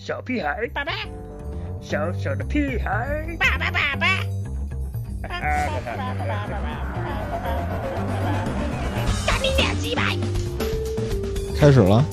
小屁孩， 爸爸， 小小的屁孩， 爸爸，爸爸，干你娘鸡巴！ 开始了，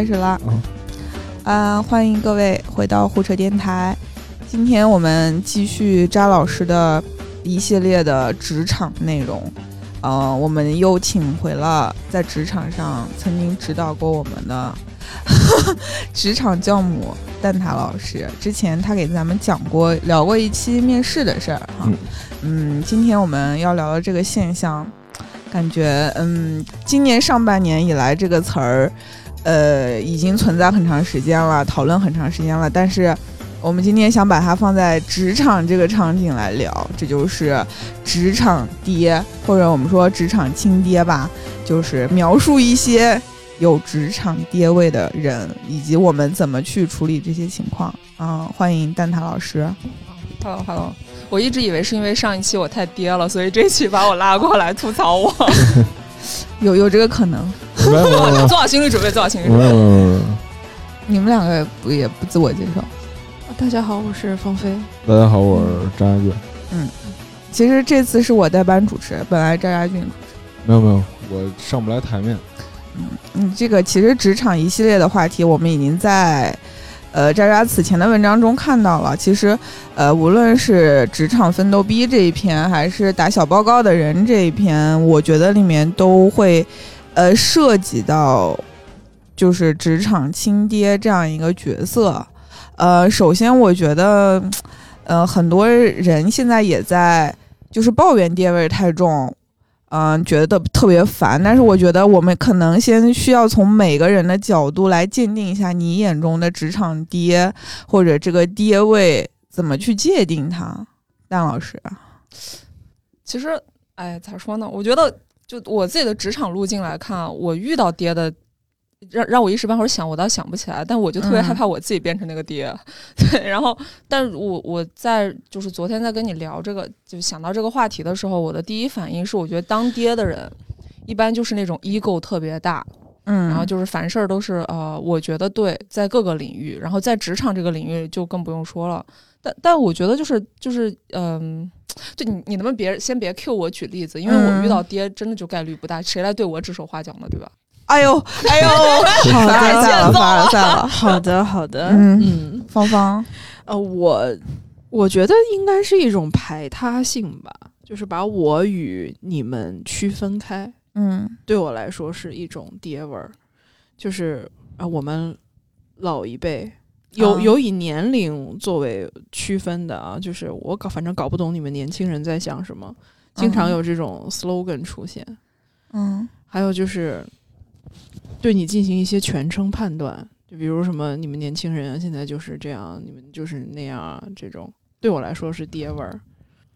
欢迎各位回到胡扯电台。今天我们继续扎老师的一系列的职场内容。我们又请回了在职场上曾经指导过我们的职场教母蛋挞老师。之前他给咱们聊过一期面试的事儿哈。今天我们要聊的这个现象，感觉今年上半年以来这个词儿已经存在很长时间了，讨论很长时间了，但是我们今天想把它放在职场这个场景来聊，这就是职场爹，或者我们说职场亲爹吧，就是描述一些有职场爹味的人，以及我们怎么去处理这些情况。欢迎蛋挞老师。 Hello， 我一直以为是因为上一期我太爹了，所以这期把我拉过来吐槽我。 有这个可能。 做好心理准备。 你们两个也不自我介绍。 大家好，我是芳菲。 大家好，我是张家俊。 其实这次是我代班主持，本来张家俊主持。 没有，我上不来台面。 这个其实职场一系列的话题，我们已经在渣渣此前的文章中看到了。其实无论是职场奋斗逼这一篇，还是打小报告的人这一篇，我觉得里面都会涉及到就是职场亲爹这样一个角色。首先我觉得很多人现在也在就是抱怨爹味太重，觉得特别烦。但是我觉得我们可能先需要从每个人的角度来鉴定一下你眼中的职场爹，或者这个爹味怎么去界定它。蛋老师， 其实咋说呢，我觉得就我自己的职场路径来看，我遇到爹的让我一时半会儿想，我倒想不起来，但我就特别害怕我自己变成那个爹。对，然后，但我在就是昨天在跟你聊这个，就想到这个话题的时候，我的第一反应是，我觉得当爹的人一般就是那种 ego 特别大，然后就是凡事都是我觉得对，在各个领域，然后在职场这个领域就更不用说了。但我觉得就是就你能不能先别 cue 我举例子，因为我遇到爹真的就概率不大，谁来对我指手画脚呢，对吧？ 哎呦， 好的， 算了， 好的， 芳芳， 我觉得应该是一种排他性吧，就是把我与你们区分开。对我来说是一种爹味儿，就是我们老一辈有以年龄作为区分的啊，就是我反正搞不懂你们年轻人在想什么，经常有这种 slogan 出现。还有就是对你进行一些全称判断，就比如什么你们年轻人现在就是这样，你们就是那样啊，这种对我来说是爹味儿。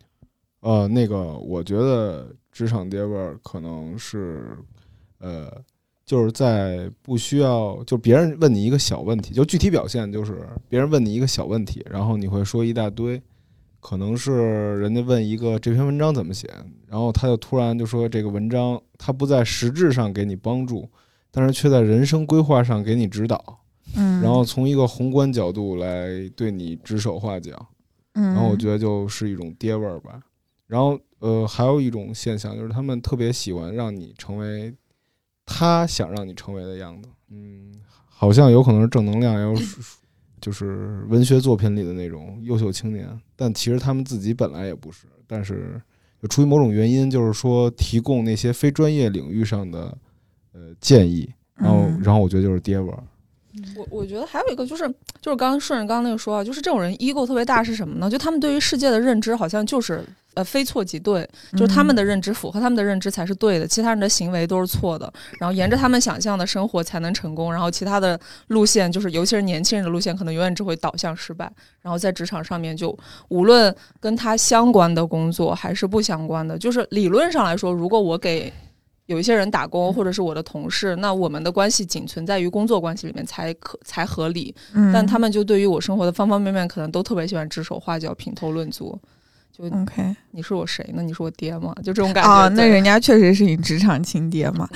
我觉得职场爹味儿可能是就是在不需要就别人问你一个小问题，就具体表现就是别人问你一个小问题，然后你会说一大堆，可能是人家问一个这篇文章怎么写，然后他就突然就说这个文章他不在实质上给你帮助，但是却在人生规划上给你指导，然后从一个宏观角度来对你指手画脚，然后我觉得就是一种爹味儿吧。然后还有一种现象就是他们特别喜欢让你成为他想让你成为的样子，好像有可能是正能量，也有就是文学作品里的那种优秀青年，但其实他们自己本来也不是，但是就出于某种原因，就是说提供那些非专业领域上的建议，然后我觉得就是爹味儿。 我觉得还有一个就是刚刚顺着刚刚那个说啊，就是这种人 ego 特别大是什么呢？就他们对于世界的认知好像就是非错即对，就是他们的认知符合他们的认知才是对的，其他人的行为都是错的，然后沿着他们想象的生活才能成功，然后其他的路线就是尤其是年轻人的路线可能永远只会导向失败。然后在职场上面就无论跟他相关的工作还是不相关的，就是理论上来说，如果我给有一些人打工或者是我的同事，那我们的关系仅存在于工作关系里面才合理，但他们就对于我生活的方方面面可能都特别喜欢指手画脚品头论足，就 OK， 你是我谁呢？你是我爹吗？就这种感觉。 那人家确实是你职场亲爹嘛。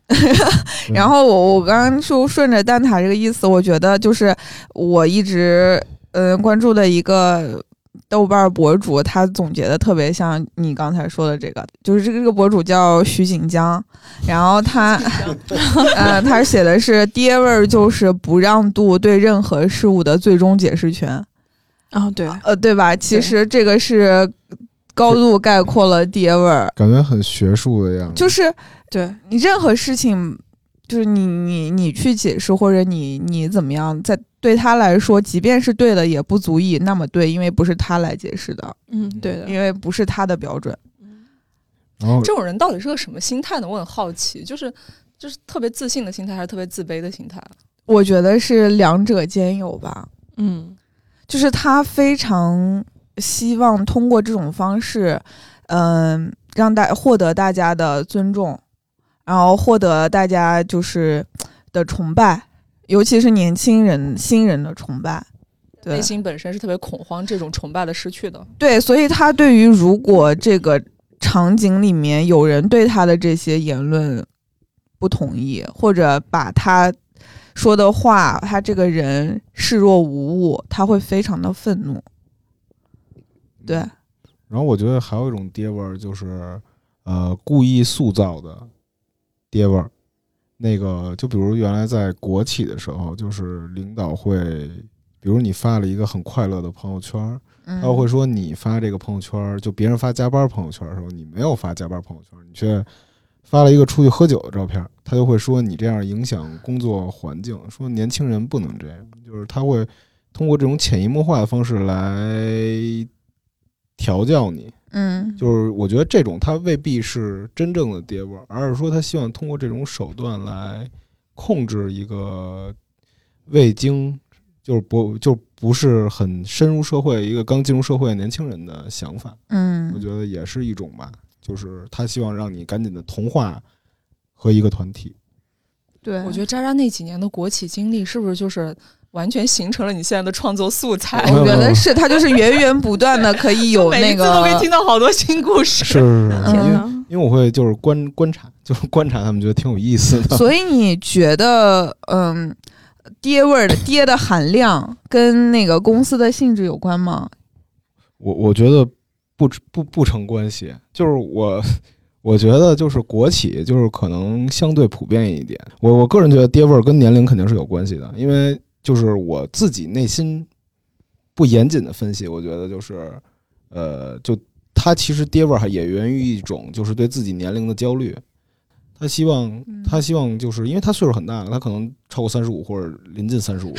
然后我刚刚就顺着蛋挞这个意思，我觉得就是我一直关注的一个豆瓣博主，他总结的特别像你刚才说的这个，就是这个博主叫徐锦江，然后他他写的是爹味儿就是不让渡对任何事物的最终解释权。 哦，对， 对吧？其实这个是高度概括了爹味儿， 感觉很学术的样子。 就是对你任何事情，就是你去解释或者你怎么样，在对他来说，即便是对的，也不足以那么对，因为不是他来解释的。 对的， 因为不是他的标准。 然后这种人到底是个什么心态呢？我很好奇，就是特别自信的心态，还是特别自卑的心态？ 我觉得是两者兼有吧。就是他非常希望通过这种方式，让获得大家的尊重，然后获得大家就是的崇拜，尤其是年轻人、新人的崇拜。对， 内心本身是特别恐慌这种崇拜的失去的。 对，所以他对于如果这个场景里面有人对他的这些言论不同意，或者把他说的话，他这个人视若无物，他会非常的愤怒。对。 然后我觉得还有一种爹味儿，就是故意塑造的爹味儿。那个就比如原来在国企的时候，就是领导会，比如你发了一个很快乐的朋友圈，他会说你发这个朋友圈，就别人发加班朋友圈的时候，你没有发加班朋友圈，你却发了一个出去喝酒的照片，他就会说你这样影响工作环境，说年轻人不能这样，就是他会通过这种潜移默化的方式来调教你。就是我觉得这种他未必是真正的爹味儿，而是说他希望通过这种手段来控制一个未经就不是很深入社会一个刚进入社会的年轻人的想法。我觉得也是一种吧，就是他希望让你赶紧的同化和一个团体。 对， 我觉得渣渣那几年的国企经历是不是就是完全形成了你现在的创作素材？ 我觉得是，他就是源源不断的可以有那个， 每一次都可以听到好多新故事。 是，因为我会就是观察他们，觉得挺有意思的。 所以你觉得，爹味儿的爹的含量跟那个公司的性质有关吗？ 我觉得不成关系，就是我觉得就是国企就是可能相对普遍一点。我个人觉得爹味儿跟年龄肯定是有关系的，因为就是我自己内心不严谨的分析，我觉得就是就他其实爹味儿也源于一种就是对自己年龄的焦虑。他希望就是因为他岁数很大了，他可能超过35或者临近35。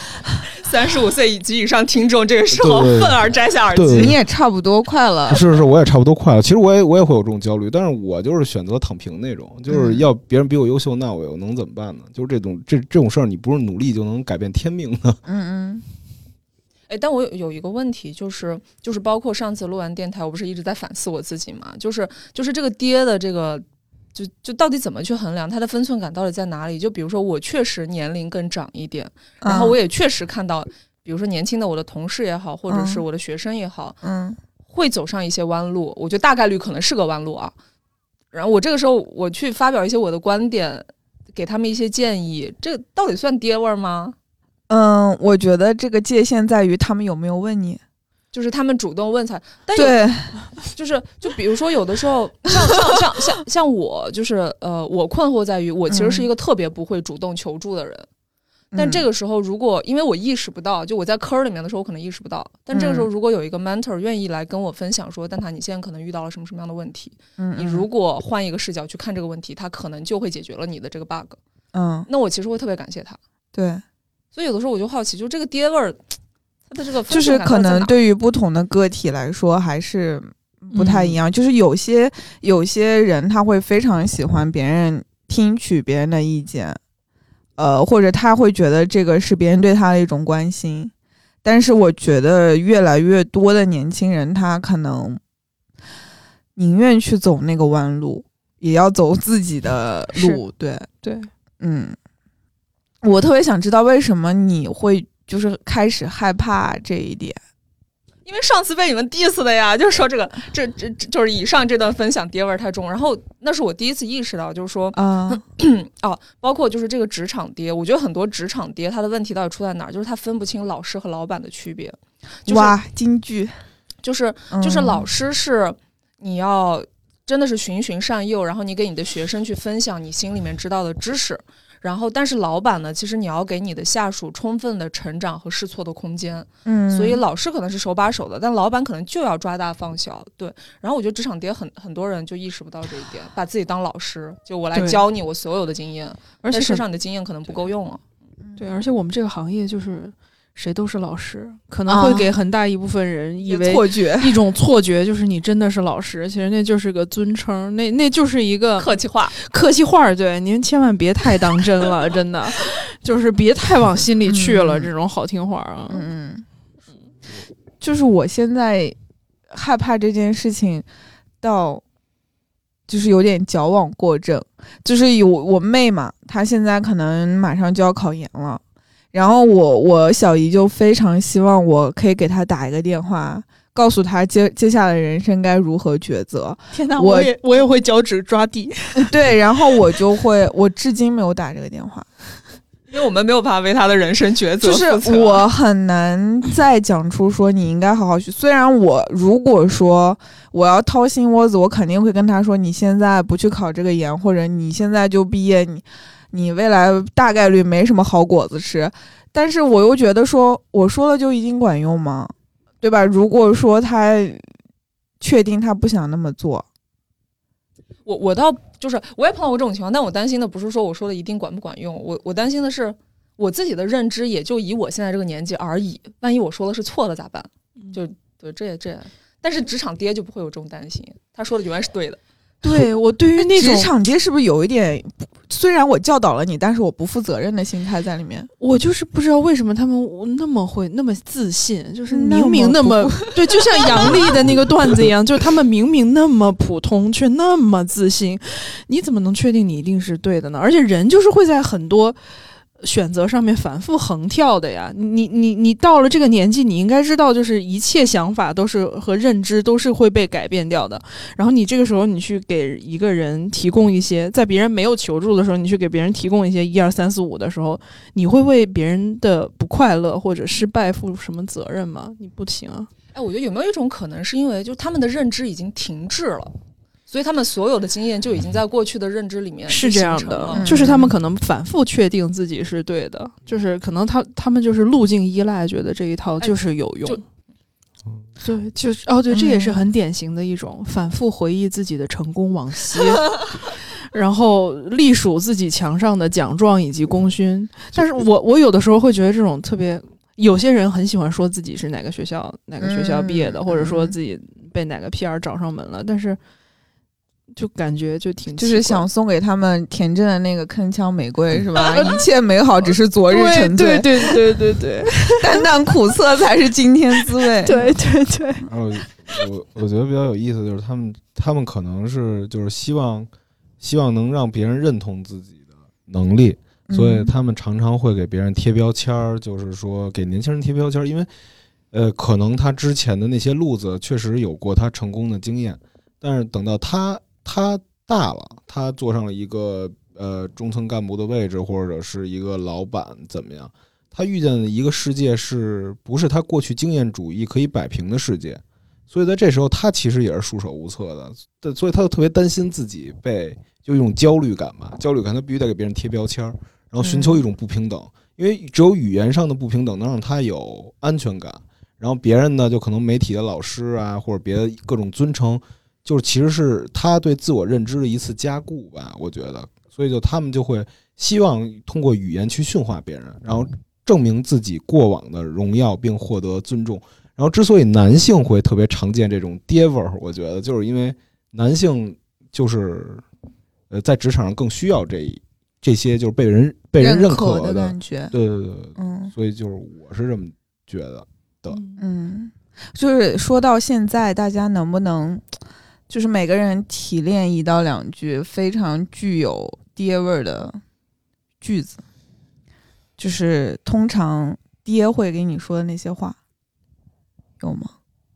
35岁及以上听众，这个时候愤而摘下耳机。 你也差不多快了。 是，我也差不多快了。其实我也会有这种焦虑，但是我就是选择躺平那种，就是要别人比我优秀，那我又能怎么办呢？就是这种事儿，你不是努力就能改变天命的。 但我有一个问题，就是包括上次录完电台，我不是一直在反思我自己嘛？就是这个爹的这个。就到底怎么去衡量它的分寸感到底在哪里？就比如说我确实年龄更长一点，然后我也确实看到，比如说年轻的我的同事也好，或者是我的学生也好，会走上一些弯路，我觉得大概率可能是个弯路啊。然后我这个时候我去发表一些我的观点，给他们一些建议，这到底算爹味儿吗？ 我觉得这个界限在于他们有没有问你。 就是他们主动问才，但对， 就比如说有的时候像我就是我困惑在于我其实是一个特别不会主动求助的人，但这个时候如果因为我意识不到，就我在坑里面的时候我可能意识不到，但这个时候如果有一个 mentor 愿意来跟我分享说，蛋挞你现在可能遇到了什么样的问题，你如果换一个视角去看这个问题，他可能就会解决了你的这个 bug，那我其实会特别感谢他。对，所以有的时候我就好奇，就这个爹味儿。 就是可能对于不同的个体来说还是不太一样，就是有些人他会非常喜欢别人听取别人的意见，或者他会觉得这个是别人对他的一种关心，但是我觉得越来越多的年轻人他可能宁愿去走那个弯路，也要走自己的路。对，我特别想知道为什么你会就是开始害怕这一点。 因为上次被你们 diss 的呀，就是说这就是以上这段分享爹味儿太重，然后那是我第一次意识到，就是说包括就是这个职场爹，我觉得很多职场爹他的问题到底出在哪儿，就是他分不清老师和老板的区别。就是、 哇，金句， 就是老师是你要真的是循循善诱，然后你给你的学生去分享你心里面知道的知识。然后，但是老板呢，其实你要给你的下属充分的成长和试错的空间。所以老师可能是手把手的，但老板可能就要抓大放小。对，然后我觉得职场爹很多人就意识不到这一点，把自己当老师，就我来教你我所有的经验，而且事实上你的经验可能不够用了。 对，而且我们这个行业就是谁都是老师，可能会给很大一部分人以为一种错觉，就是你真的是老师，其实那就是个尊称，那就是一个客气话。 对，您千万别太当真了，真的，就是别太往心里去了，这种好听话啊。 就是我现在害怕这件事情到就是有点矫枉过正，就是有我妹嘛，她现在可能马上就要考研了。然后我小姨就非常希望我可以给她打一个电话，告诉她接下来人生该如何抉择。 天哪，我也会脚趾抓地。 对，然后我至今没有打这个电话， 因为我们没有办法为她的人生抉择。 就是我很难再讲出说你应该好好学。虽然我如果说我要掏心窝子，我肯定会跟她说，你现在不去考这个研，或者你现在就毕业，你未来大概率没什么好果子吃。但是我又觉得说我说了就一定管用吗？对吧？如果说他确定他不想那么做， 我倒就是我也碰到过这种情况，但我担心的不是说我说的一定管不管用，我担心的是我自己的认知也就以我现在这个年纪而已，万一我说的是错的咋办？就对，这但是职场爹就不会有这种担心，他说的永远是对的。 对，我对于那种职场爹是不是有一点，虽然我教导了你，但是我不负责任的心态在里面？ 我就是不知道为什么他们那么自信，就是明明那么对，就像杨笠的那个段子一样，就是他们明明那么普通，却那么自信，你怎么能确定你一定是对的呢？而且人就是会在很多选择上面反复横跳的呀，你到了这个年纪，你应该知道，就是一切想法都是和认知都是会被改变掉的。然后你这个时候，你去给一个人提供一些，在别人没有求助的时候，你去给别人提供一些1、2、3、4、5的时候，你会为别人的不快乐或者失败负什么责任吗？你不行啊。 我觉得有没有一种可能，是因为就他们的认知已经停滞了。所以他们所有的经验就已经在过去的认知里面是这样的，就是他们可能反复确定自己是对的，就是可能他们就是路径依赖，觉得这一套就是有用。对，就是对，这也是很典型的一种反复回忆自己的成功往昔，然后隶属自己墙上的奖状以及功勋。但是我有的时候会觉得这种特别，有些人很喜欢说自己是哪个学校毕业的，或者说自己被哪个 PR 找上门了，但是就感觉就挺就是想送给他们田震的那个铿锵玫瑰是吧？一切美好只是昨日沉醉， 对， 淡淡苦涩才是今天滋味。 对。 然后我觉得比较有意思的就是他们可能是就是希望能让别人认同自己的能力，所以他们常常会给别人贴标签，就是说给年轻人贴标签，因为可能他之前的那些路子确实有过他成功的经验，但是等到他大了，他坐上了一个中层干部的位置，或者是一个老板怎么样，他遇见的一个世界是不是他过去经验主义可以摆平的世界，所以在这时候他其实也是束手无策的，所以他就特别担心自己就一种焦虑感吧，他必须得给别人贴标签，然后寻求一种不平等，因为只有语言上的不平等能让他有安全感，然后别人呢就可能媒体的老师啊或者别的各种尊称，就是其实是他对自我认知的一次加固吧，我觉得，所以他们就会希望通过语言去驯化别人，然后证明自己过往的荣耀并获得尊重。然后之所以男性会特别常见这种爹味儿，我觉得就是因为男性就是在职场上更需要这些就是被人认可的感觉， 对，所以就是我是这么觉得的。 就是说到现在，大家能不能就是每个人提炼1到2句非常具有爹味儿的句子，就是通常爹会给你说的那些话，有吗？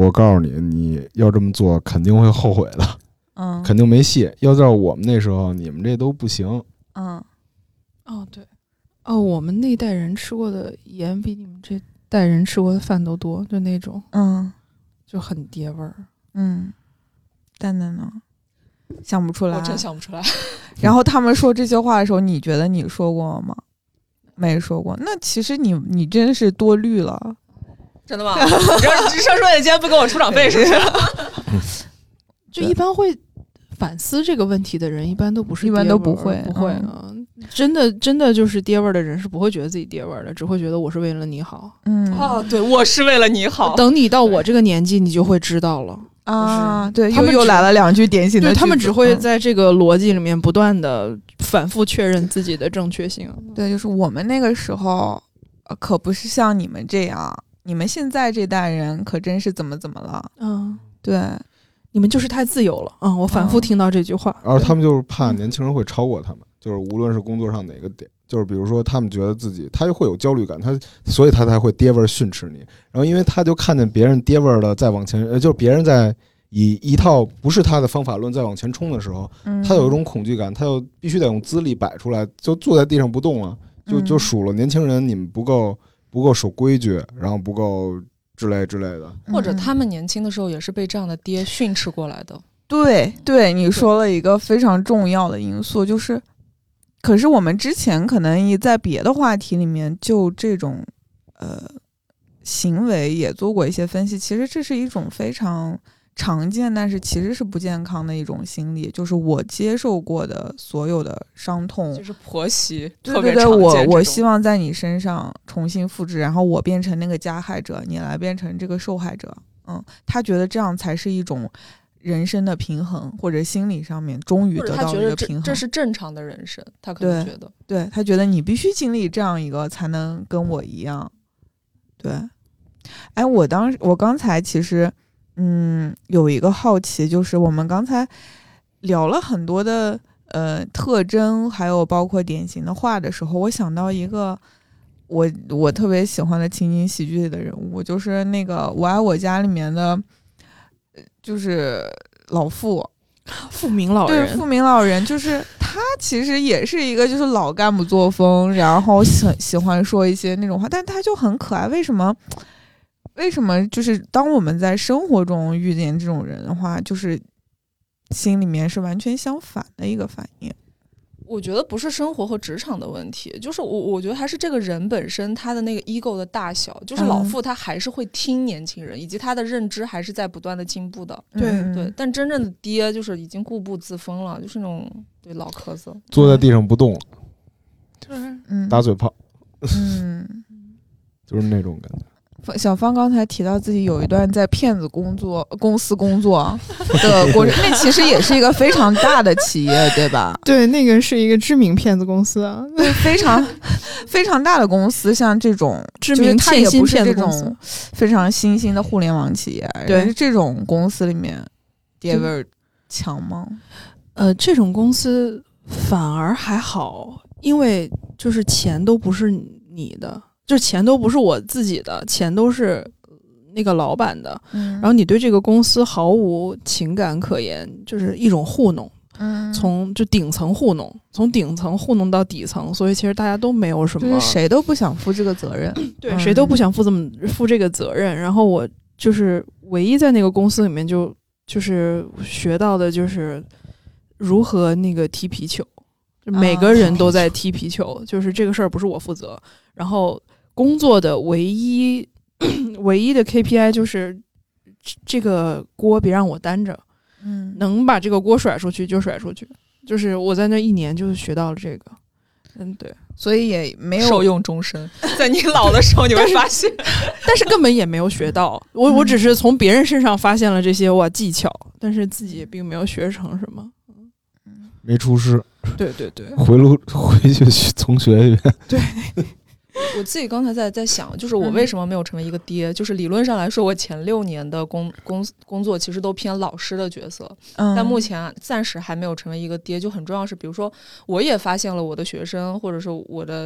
我告诉你，你要这么做肯定会后悔的，肯定没戏。要照我们那时候，你们这都不行。 对，我们那代人吃过的盐比你们这代人吃过的饭都多，就那种，就很爹味儿。 蛋蛋呢？想不出来， 我真想不出来。 然后他们说这些话的时候，你觉得你说过吗？没说过。那其实你真是多虑了。 真的吗？你说你今天不给我出场费是不是？ 就一般会反思这个问题的人，一般都不是， 一般都不会， 不会。真的就是爹味儿的人是不会觉得自己爹味儿的，只会觉得我是为了你好。 对，我是为了你好。 等你到我这个年纪，你就会知道了。 对，又来了2句典型的句子。 对，他们只会在这个逻辑里面不断的反复确认自己的正确性。 对，就是我们那个时候，可不是像你们这样。你们现在这代人可真是怎么了？对， 你们就是太自由了。我反复听到这句话。 然后他们就是怕年轻人会超过他们，就是无论是工作上哪个点，就是比如说他们觉得自己他就会有焦虑感，所以他才会爹味训斥你。然后因为他就看见别人爹味的在往前，就是别人在以一套不是他的方法论在往前冲的时候，他有一种恐惧感，他就必须得用资历摆出来，就坐在地上不动了，就数了年轻人你们不够守规矩，然后不够之类的， 或者他们年轻的时候也是被这样的爹训斥过来的。 对，你说了一个非常重要的因素，就是可是我们之前可能也在别的话题里面就这种行为也做过一些分析，其实这是一种非常常见但是其实是不健康的一种心理，就是我接受过的所有的伤痛， 就是婆媳对特别常见， 我希望在你身上重新复制，然后我变成那个加害者，你来变成这个受害者。他觉得这样才是一种人生的平衡，或者心理上面终于得到了一个平衡， 这是正常的人生，他可能觉得， 对，他觉得你必须经历这样一个才能跟我一样。对，我刚才其实有一个好奇，就是我们刚才聊了很多的特征，还有包括典型的话的时候，我想到一个我特别喜欢的情景喜剧里的人物，就是那个《我爱我家》里面的，就是老傅明老人。 对，傅明老人，就是他其实也是一个就是老干部作风，然后喜欢说一些那种话，但他就很可爱。为什么就是当我们在生活中遇见这种人的话，就是心里面是完全相反的一个反应？ 我觉得不是生活和职场的问题，就是我觉得还是这个人本身他的那个 ego 的大小，就是老傅他还是会听年轻人，以及他的认知还是在不断的进步的。对，但真正的爹就是已经固步自封了，就是那种对老壳子， 坐在地上不动了，打嘴炮，就是那种感觉。 小芳刚才提到自己有一段在骗子公司工作的过程，那其实也是一个非常大的企业，对吧？ 对，那个是一个知名骗子公司啊， 对，非常非常大的公司，像这种知名欠薪骗子公司， 就是它也不是这种非常新兴的互联网企业， 对， 这种公司里面爹味儿强吗？ 这种公司反而还好，因为就是钱都不是你的。就是钱都不是我自己的，钱都是那个老板的，然后你对这个公司毫无情感可言，就是一种糊弄，从顶层糊弄，从顶层糊弄到底层，所以其实大家都没有什么， 就是谁都不想负这个责任， 对，谁都不想负这个责任。然后我就是唯一在那个公司里面就是学到的就是如何那个踢皮球，就每个人都在踢皮球，就是这个事儿不是我负责，然后工作的唯一的 KPI 就是这个锅别让我担着，能把这个锅甩出去就甩出去，就是我在那1年就是学到了这个，对， 所以也没有受用终身，在你老的时候你会发现， 但是根本也没有学到，我只是从别人身上发现了这些技巧，但是自己也并没有学成什么， 没出师， 对， 回去重学一遍， 对。 我自己刚才在想，就是我为什么没有成为一个爹，就是理论上来说我前6年的工作其实都偏老师的角色，但目前暂时还没有成为一个爹。就很重要是比如说我也发现了我的学生或者是我的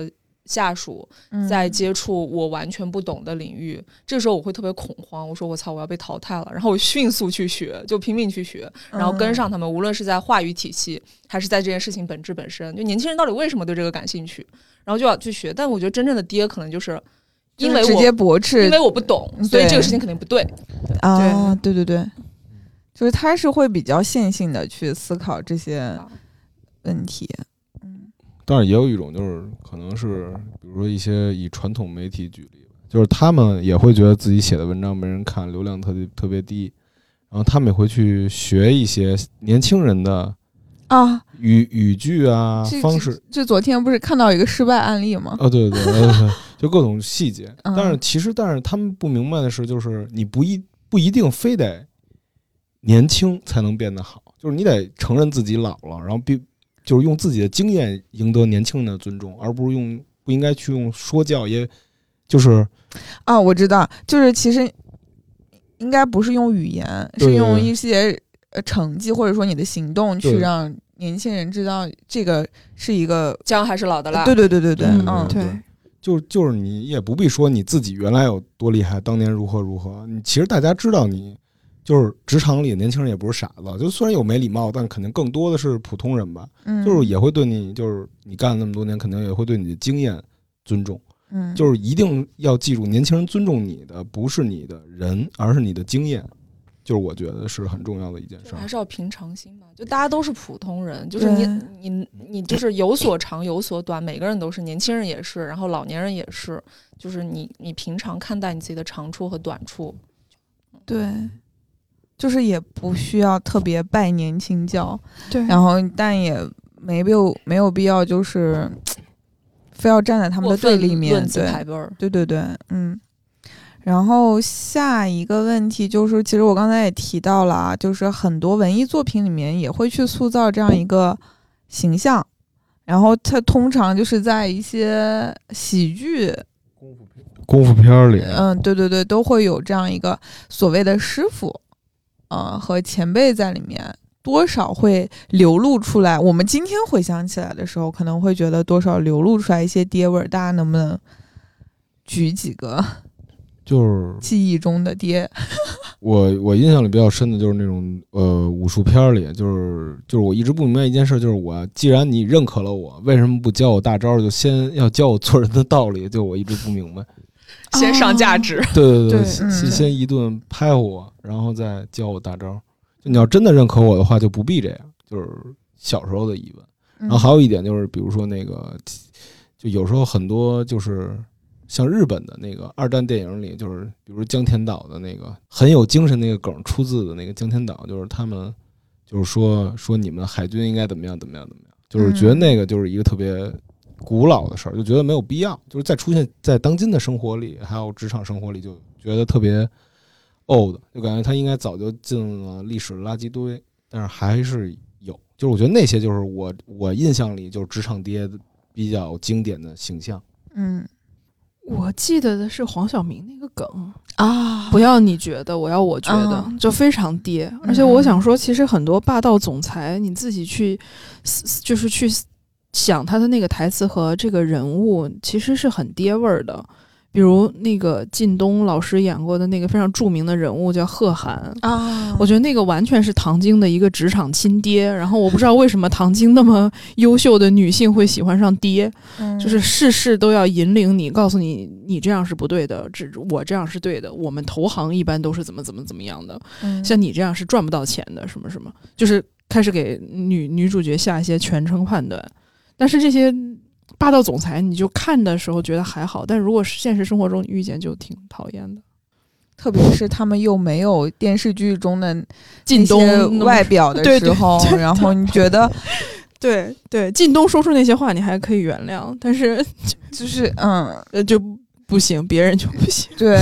下属在接触我完全不懂的领域，这时候我会特别恐慌，我说我操，我要被淘汰了，然后我迅速去学，就拼命去学，然后跟上他们，无论是在话语体系还是在这件事情本质本身，就年轻人到底为什么对这个感兴趣，然后就要去学。但我觉得真正的爹可能就是因为我直接驳斥， 因为我不懂，所以这个事情肯定不对啊。对对对，就是他是会比较线性的去思考这些问题。 当然也有一种就是可能是比如说一些以传统媒体举例，就是他们也会觉得自己写的文章没人看，流量特别低，然后他们也会去学一些年轻人的语句啊方式。 这昨天不是看到一个失败案例吗？ 对对，就各种细节。但是他们不明白的是，就是你不一定非得年轻才能变得好，就是你得承认自己老了，然后就是用自己的经验赢得年轻人的尊重，而不应该去用说教，也就是我知道，就是其实应该不是用语言，是用一些成绩或者说你的行动去让年轻人知道这个是一个姜还是老的辣。 对， 对， 就是你也不必说你自己原来有多厉害，当年如何，其实大家知道你。就是职场里的年轻人也不是傻子，就虽然有没礼貌，但肯定更多的是普通人吧。就是也会对你，就是你干了那么多年，肯定也会对你的经验尊重。就是一定要记住，年轻人尊重你的不是你的人，而是你的经验。就是我觉得是很重要的一件事， 还是要平常心吧。就大家都是普通人，就是你就是有所长有所短，每个人都是，年轻人也是，然后老年人也是，就是你平常看待你自己的长处和短处。 对。就是也不需要特别拜年轻教， 对， 然后但也没有必要就是非要站在他们的对立面，对，然后下一个问题就是，其实我刚才也提到了啊，就是很多文艺作品里面也会去塑造这样一个形象，然后它通常就是在一些喜剧功夫片里， 对，都会有这样一个所谓的师傅。和前辈在里面多少会流露出来，我们今天回想起来的时候可能会觉得多少流露出来一些爹味儿，大家能不能举几个就是记忆中的爹？ 我印象里比较深的就是那种武术片里，就是我一直不明白一件事，就是既然你认可了我，为什么不教我大招，就先要教我做人的道理？就我一直不明白。 先上价值， 对，先一顿拍我，然后再教我大招。就你要真的认可我的话，就不必这样。就是小时候的疑问。然后还有一点就是，比如说那个，就有时候很多就是像日本的那个二战电影里，就是比如江田岛的那个很有精神那个梗出自的那个江田岛，就是他们就是说你们海军应该怎么样，就是觉得那个就是一个特别古老的事儿，就觉得没有必要，就是再出现在当今的生活里还有职场生活里，就觉得特别 old， 就感觉他应该早就进了历史垃圾堆，但是还是有，就是我觉得那些就是我印象里就是职场爹比较经典的形象。 我记得的是黄晓明那个梗啊，不要你觉得，我要我觉得，就非常爹。而且我想说，其实很多霸道总裁，你自己去就是去想他的那个台词和这个人物，其实是很爹味儿的。比如那个靳东老师演过的那个非常著名的人物叫贺涵啊，我觉得那个完全是唐晶的一个职场亲爹。然后我不知道为什么唐晶那么优秀的女性会喜欢上爹，就是事事都要引领你，告诉你你这样是不对的，我这样是对的，我们投行一般都是怎么样的，像你这样是赚不到钱的，什么什么，就是开始给女主角下一些全程判断。但是这些霸道总裁你就看的时候觉得还好，但如果是现实生活中遇见就挺讨厌的， 特别是他们又没有电视剧中的靳东外表的时候，对，然后你觉得对靳东说出那些话你还可以原谅，但是就是就不行，别人就不行。 对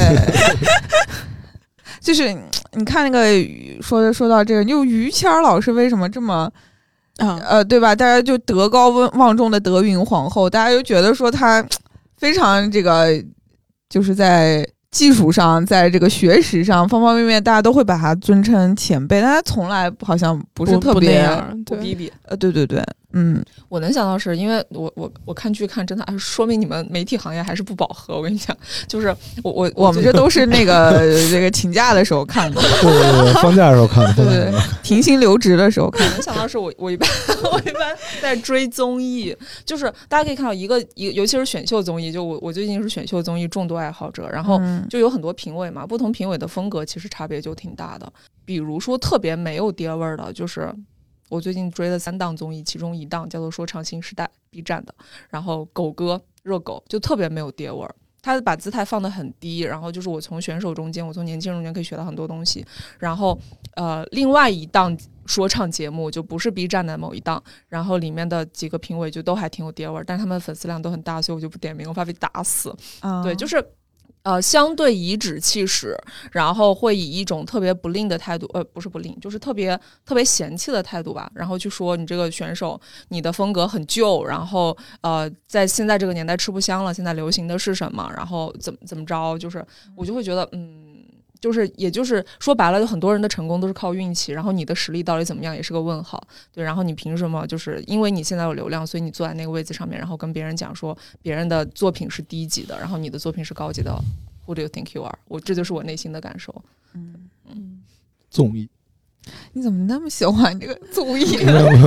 就是你看那个说到这个，就于谦老师为什么这么对吧？大家就德高望重的德云皇后，大家就觉得说她非常这个，就是在技术上，在这个学识上方方面面，大家都会把她尊称前辈，但她从来好像不是特别不逼逼。 对， 我能想到是因为我看剧看真的，说明你们媒体行业还是不饱和。我跟你讲，就是我们这都是那个这个请假的时候看的， 对，放假的时候看的， 对，停薪留职的时候看。 能想到是我一般在追综艺，就是大家可以看到一个，尤其是选秀综艺，就我最近是选秀综艺重度爱好者，然后就有很多评委嘛，不同评委的风格其实差别就挺大的。比如说特别没有爹味儿的，就是我最近追的3档综艺，其中一档叫做《说唱新时代》，B 站的，然后狗哥热狗就特别没有爹味儿，他把姿态放得很低，然后就是我从选手中间，我从年轻人中间可以学到很多东西。然后另外一档说唱节目就不是 B 站的某一档，然后里面的几个评委就都还挺有爹味儿，但他们粉丝量都很大，所以我就不点名，我怕被打死。对，就是相对颐指气使，然后会以一种特别不吝的态度，不是不吝，就是特别嫌弃的态度吧，然后去说你这个选手，你的风格很旧，然后在现在这个年代吃不香了，现在流行的是什么，然后怎么着，就是我就会觉得就是也就是说白了，有很多人的成功都是靠运气，然后你的实力到底怎么样也是个问号。对，然后你凭什么就是因为你现在有流量，所以你坐在那个位置上面，然后跟别人讲说别人的作品是低级的，然后你的作品是高级的。Who do you think you are？ 这就是我内心的感受。 综艺， 你怎么那么喜欢这个综艺？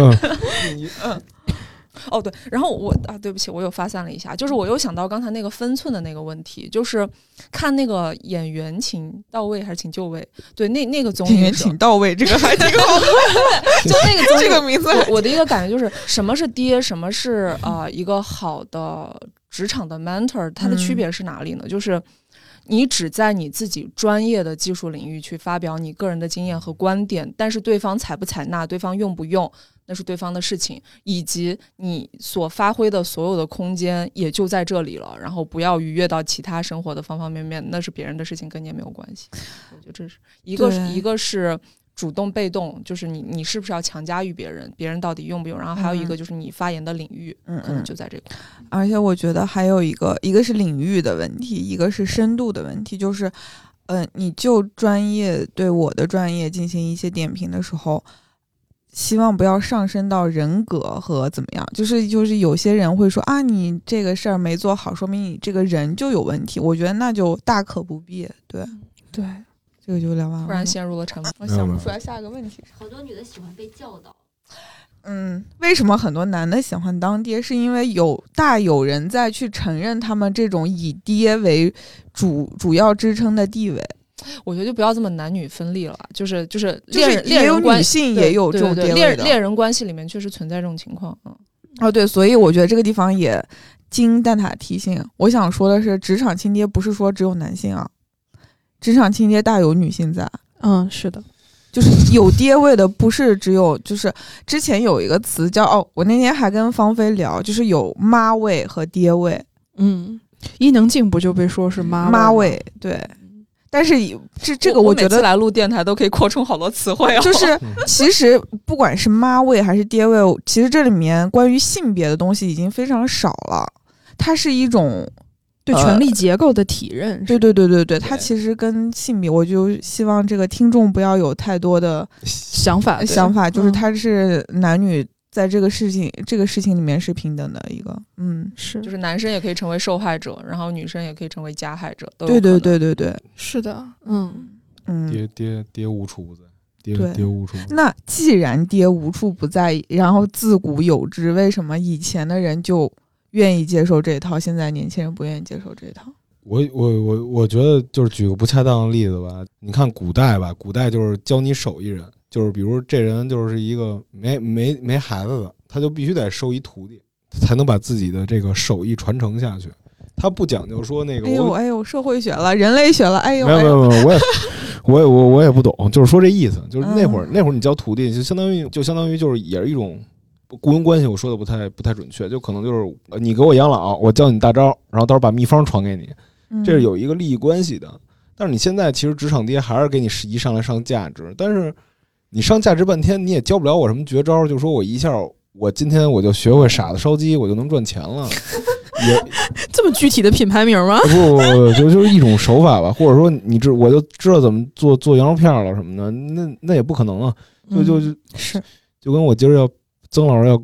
哦对，然后对不起，我又发散了一下，就是我又想到刚才那个分寸的那个问题，就是看那个演员请到位还是请就位？对，那个综艺演员请到位，这个还挺好。 就那个综艺这个名字， 我的一个感觉就是，什么是爹，什么是一个好的职场的 mentor， 它的区别是哪里呢？就是你只在你自己专业的技术领域去发表你个人的经验和观点，但是对方采不采纳，对方用不用，那是对方的事情，以及你所发挥的所有的空间也就在这里了，然后不要逾越到其他生活的方方面面，那是别人的事情，跟你也没有关系。我觉得这是一个是主动被动，就是你是不是要强加于别人，别人到底用不用，然后还有一个就是你发言的领域，可能就在这个。 而且我觉得还有一个是领域的问题，一个是深度的问题，就是你就专业对我的专业进行一些点评的时候，希望不要上升到人格和怎么样，就是有些人会说啊，你这个事儿没做好，说明你这个人就有问题。我觉得那就大可不必。对，这个就聊完了。 突然陷入了沉默， 我想不出来下一个问题。 好多女的喜欢被教导。 为什么很多男的喜欢当爹？是因为有人在去承认他们这种以爹为主要支撑的地位。 我觉得就不要这么男女分立了，就是恋人关系女性也有这种爹位的， 恋人关系里面确实存在这种情况。 对，所以我觉得这个地方也经蛋挞提醒，我想说的是，职场亲爹不是说只有男性啊，职场亲爹大有女性在。 是的。 就是有爹位的，不是只有，就是之前有一个词叫我那天还跟芳菲聊，就是有妈位和爹位。 伊能静不就被说是妈位？对。但是这个我觉得每次来录电台都可以扩充好多词汇哦。 就是其实不管是妈位还是爹位，其实这里面关于性别的东西已经非常少了，它是一种。 对权力结构的体认， 对，它其实跟性别，我就希望这个听众不要有太多的想法， 就是它是男女在这个事情里面是平等的一个， 是， 就是男生也可以成为受害者，然后女生也可以成为加害者， 对， 是的， 爹无处不在，爹无处不在。 那既然爹无处不在，然后自古有之，为什么以前的人就愿意接受这一套，现在年轻人不愿意接受这一套？ 我觉得就是举个不恰当的例子吧，你看古代就是教你手艺人，就是比如这人就是一个没孩子的，他就必须得收一徒弟，才能把自己的这个手艺传承下去。他不讲究说那个哎呦社会学了，人类学了，没有，我也不懂，就是说这意思，就是那会儿你教徒弟就相当于就是也是一种雇佣关系，我说的不太准确，就可能就是你给我养老，我教你大招，然后到时候把秘方传给你，这是有一个利益关系的。但是你现在其实职场爹还是给你一上来上价值，但是你上价值半天你也教不了我什么绝招，就说我一下我今天我就学会傻子烧鸡，我就能赚钱了。也这么具体的品牌名吗？ 不，就是一种手法吧，或者说我就知道怎么做羊肉片了什么的，那也不可能啊。就是就跟我今儿要曾老师要给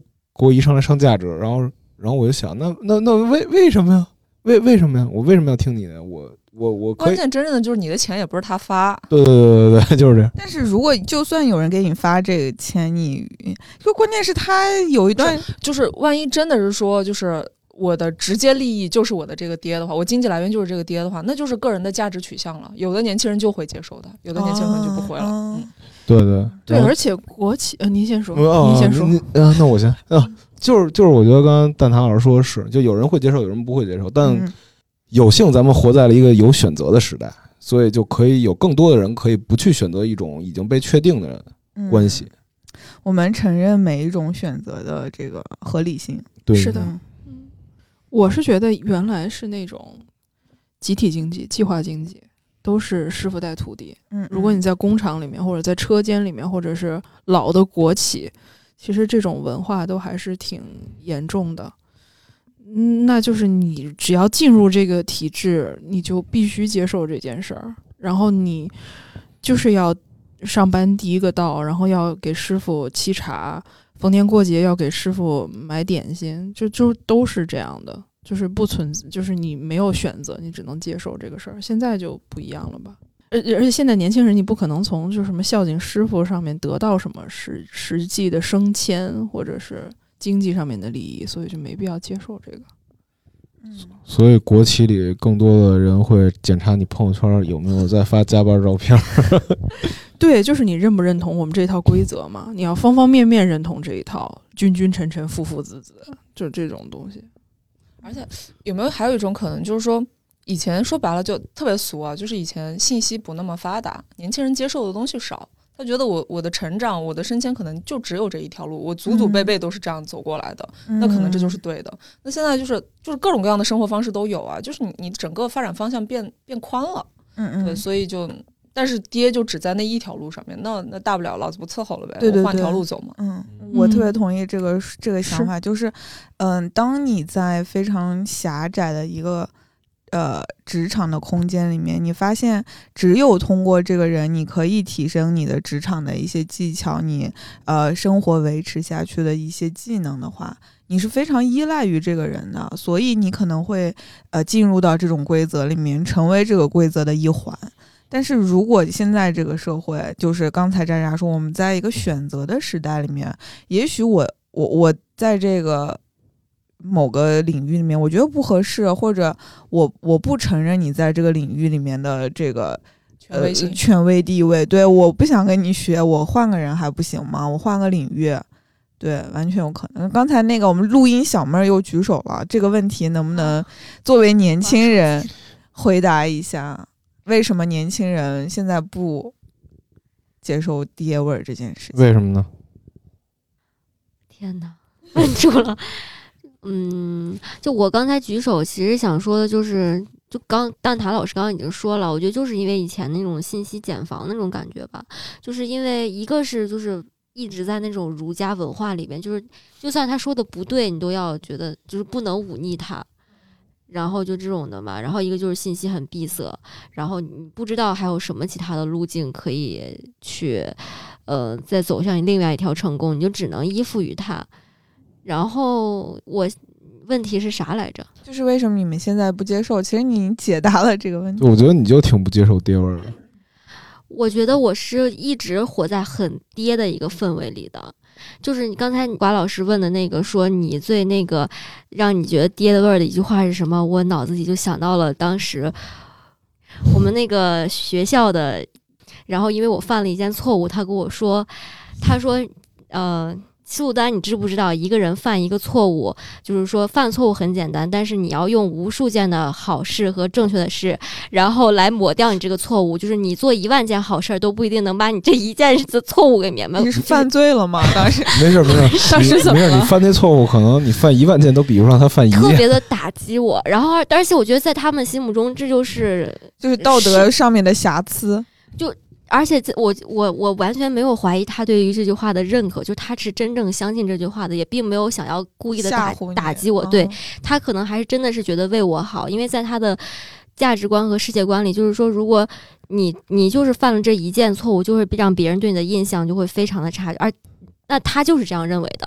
给我一上来上价值，然后我就想，那为什么呀？为什么呀？我为什么要听你的？我可以。 关键真正的就是你的钱也不是他发。 对，就是这样。 但是如果就算有人给你发这个钱，就关键是他有一段， 就是万一真的是说就是我的直接利益就是我的这个爹的话，我经济来源就是这个爹的话，那就是个人的价值取向了。有的年轻人就会接受的，有的年轻人就不会了。 对， 而且国企，您先说， 您先说。 那我先就是我觉得刚刚蛋挞老师说的是，就有人会接受，有人不会接受，但有幸咱们活在了一个有选择的时代，所以就可以有更多的人可以不去选择一种已经被确定的关系。 我们承认每一种选择的这个合理性。 对， 是的。我是觉得原来是那种集体经济、计划经济，都是师傅带徒弟。如果你在工厂里面，或者在车间里面，或者是老的国企，其实这种文化都还是挺严重的。那就是你只要进入这个体制，你就必须接受这件事儿，然后你就是要上班第一个到，然后要给师傅沏茶，逢年过节要给师傅买点心，就都是这样的，就是就是你没有选择，你只能接受这个事儿。现在就不一样了吧？而且现在年轻人，你不可能从就什么孝敬师傅上面得到什么实际的升迁或者是经济上面的利益，所以就没必要接受这个。 所以国企里更多的人会检查你朋友圈有没有在发加班照片。 对，就是你认不认同我们这套规则嘛？你要方方面面认同这一套，君君臣臣，父父子子，就这种东西。 而且有没有还有一种可能，就是说以前说白了就特别俗啊，就是以前信息不那么发达，年轻人接受的东西少。他觉得我的成长，我的升迁可能就只有这一条路，我祖祖辈辈都是这样走过来的，那可能这就是对的。那现在就是各种各样的生活方式都有啊，就是你整个发展方向变宽了，对，所以但是爹就只在那一条路上面，那大不了老子不伺候了呗， 对， 我换条路走嘛。 我特别同意这个想法，就是当你在非常狭窄的一个职场的空间里面，你发现只有通过这个人，你可以提升你的职场的一些技巧，你生活维持下去的一些技能的话，你是非常依赖于这个人的，所以你可能会进入到这种规则里面，成为这个规则的一环。但是如果现在这个社会，就是刚才渣渣说，我们在一个选择的时代里面，也许我在这个某个领域里面我觉得不合适，或者我不承认你在这个领域里面的这个权威地位，对，我不想跟你学，我换个人还不行吗？我换个领域，对，完全有可能。刚才那个我们录音小妹又举手了，这个问题能不能作为年轻人回答一下？为什么年轻人现在不接受爹味儿这件事情？ 为什么呢？ 天哪，问住了。就我刚才举手，其实想说的就是，蛋挞老师刚刚已经说了，我觉得就是因为以前那种信息茧房那种感觉吧，就是因为一个是就是一直在那种儒家文化里面，就是就算他说的不对，你都要觉得就是不能忤逆他。然后就这种的嘛，然后一个就是信息很闭塞，然后你不知道还有什么其他的路径可以去，再走向另外一条成功，你就只能依附于他。然后问题是啥来着？ 就是为什么你们现在不接受？其实你已经解答了这个问题。 我觉得你就挺不接受爹味儿的。 我觉得我是一直活在很爹的一个氛围里的。就是你刚才瓜老师问的那个，说你最那个让你觉得爹的味儿的一句话是什么？我脑子里就想到了当时我们那个学校的，然后因为我犯了一件错误，他跟我说，他说苏丹，你知不知道一个人犯一个错误，就是说犯错误很简单，但是你要用无数件的好事和正确的事，然后来抹掉你这个错误，就是你做10000件好事都不一定能把你这一件的错误给免了。 你是犯罪了吗？当时没事，当时没事，你犯那错误可能你犯10000件都比不上他犯1件， 特别的打击我。然后而且我觉得在他们心目中这就是道德上面的瑕疵， 就。而且我完全没有怀疑他对于这句话的认可，就是他是真正相信这句话的，也并没有想要故意的打击我。对，他可能还是真的是觉得为我好，因为在他的价值观和世界观里，就是说，如果你就是犯了这一件错误，就会让别人对你的印象就会非常的差，那他就是这样认为的。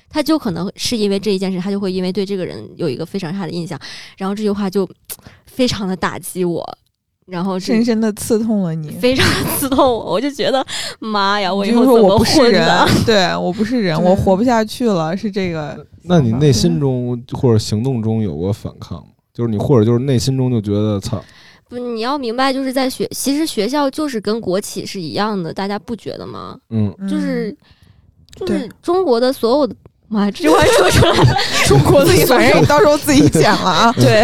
他就可能是因为这一件事，他就会因为对这个人有一个非常差的印象，然后这句话就非常的打击我，然后深深的刺痛了你， 非常的刺痛我，我就觉得妈呀，我以后怎么混的？我不是人， 对，我不是人，我活不下去了，是这个。 那你内心中或者行动中有过反抗吗？就是你或者就是内心中就觉得操。 不，你要明白，就是在其实学校就是跟国企是一样的，大家不觉得吗？就是中国的所有的，妈，这话说出来了， 中国自己，反正你到时候自己讲了啊。 对，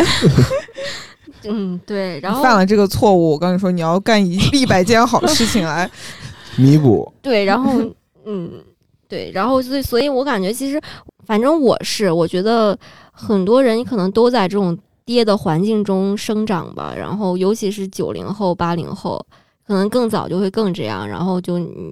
对，然后犯了这个错误，我跟你说，你要干100件好事情来弥补。 对，然后对，然后所以我感觉其实，反正我觉得很多人可能都在这种爹的环境中生长吧，然后尤其是90后、80后，可能更早就会更这样，然后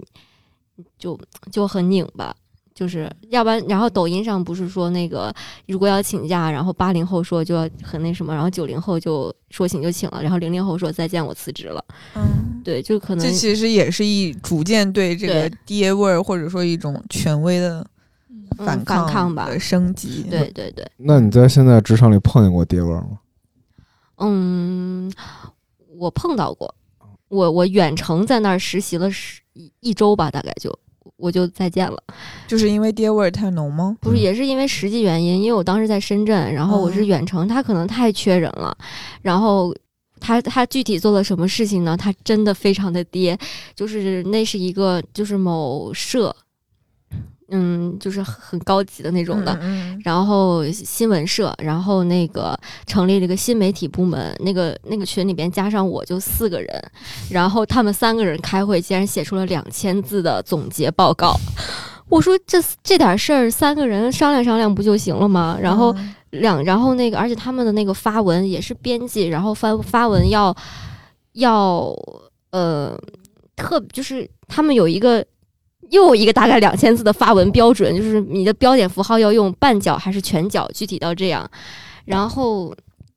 就很拧巴，就是要不然，然后抖音上不是说那个如果要请假，然后80后说就要很那什么，然后90后就说请就请了，然后00后说再见我辞职了。对，就可能这其实也是逐渐对这个爹味儿或者说一种权威的反抗吧， 升级。 对对对。 那你在现在职场里碰见过爹味儿吗？ 我碰到过，我远程在那儿实习了1周吧，大概我就再见了。 就是因为爹味儿太浓吗？ 不是，也是因为实际原因，因为我当时在深圳，然后我是远程，他可能太缺人了，然后他具体做了什么事情呢？他真的非常的爹，就是那是一个就是某社。就是很高级的那种的，然后新闻社，然后那个成立了一个新媒体部门，那个群里边加上我就4个人，然后他们3个人开会，竟然写出了2000字的总结报告。我说这点事儿3个人商量商量不就行了吗？然后然后那个，而且他们的那个发文也是编辑，然后发文要就是他们有一个大概2000字的发文标准，就是你的标点符号要用半角还是全角，具体到这样。然后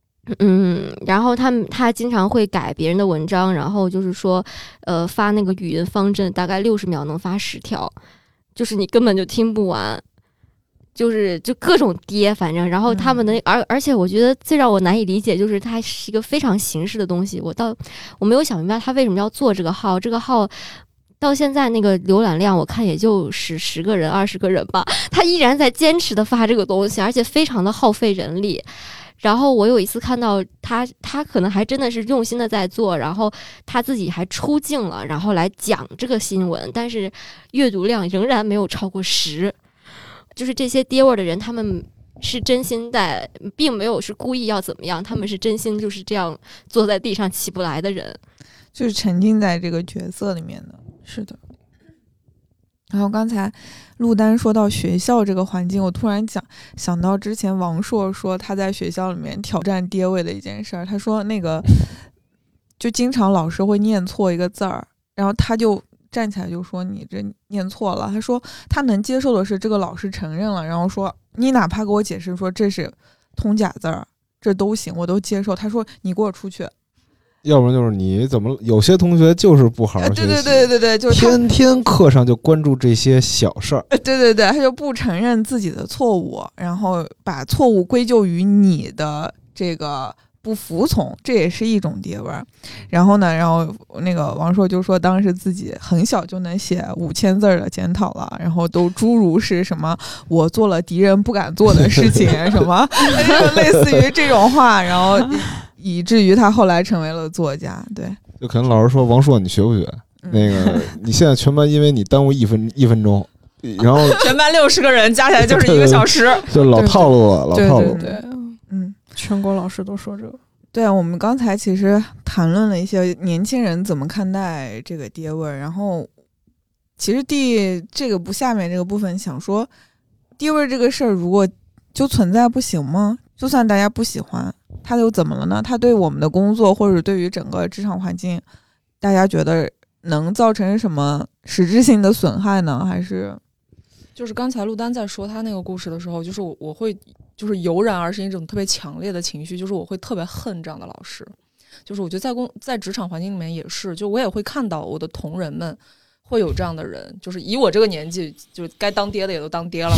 他经常会改别人的文章，然后就是说发那个语音方阵，大概60秒能发10条，就是你根本就听不完。就各种爹，反正，然后他们的而且我觉得最让我难以理解就是它是一个非常形式的东西，我没有想明白他为什么要做这个号到现在那个浏览量我看也就10个人20个人吧，他依然在坚持的发这个东西，而且非常的耗费人力。然后我有一次看到他可能还真的是用心的在做，然后他自己还出镜了，然后来讲这个新闻，但是阅读量仍然没有超过10。就是这些爹味的人，他们是真心的，并没有是故意要怎么样，他们是真心就是这样坐在地上起不来的人， 就是沉浸在这个角色里面的。是的。然后刚才陆丹说到学校这个环境，我突然想到之前王朔说他在学校里面挑战爹味的一件事儿。他说那个就经常老师会念错一个字儿，然后他就站起来就说你这念错了。他说他能接受的是这个老师承认了，然后说你哪怕给我解释说这是通假字儿，这都行，我都接受。他说你给我出去。 要不然就是你怎么有些同学就是不好好学习， 对，就是天天课上就关注这些小事儿。 对，他就不承认自己的错误，然后把错误归咎于你的这个不服从，这也是一种爹味儿。然后那个王朔就说当时自己很小就能写5000字的检讨了，然后都诸如是什么我做了敌人不敢做的事情什么类似于这种话，然后以至于他后来成为了作家。对， 就可能老师说王朔你学不学？那个你现在全班因为你耽误一分钟，然后全班60个人加起来就是1个小时， 就老套路了，老套路。 对，全国老师都说这个。 对啊，我们刚才其实谈论了一些年轻人怎么看待这个爹味儿，然后其实下面这个部分想说，爹味儿这个事儿如果就存在不行吗？就算大家不喜欢，它又怎么了呢？它对我们的工作或者对于整个职场环境，大家觉得能造成什么实质性的损害呢？还是就是刚才陆丹在说他那个故事的时候，就是我会就是油然而生一种特别强烈的情绪，就是我会特别恨这样的老师。就是我觉得在职场环境里面也是，就我也会看到我的同仁们会有这样的人，就是以我这个年纪，就该当爹的也都当爹了嘛。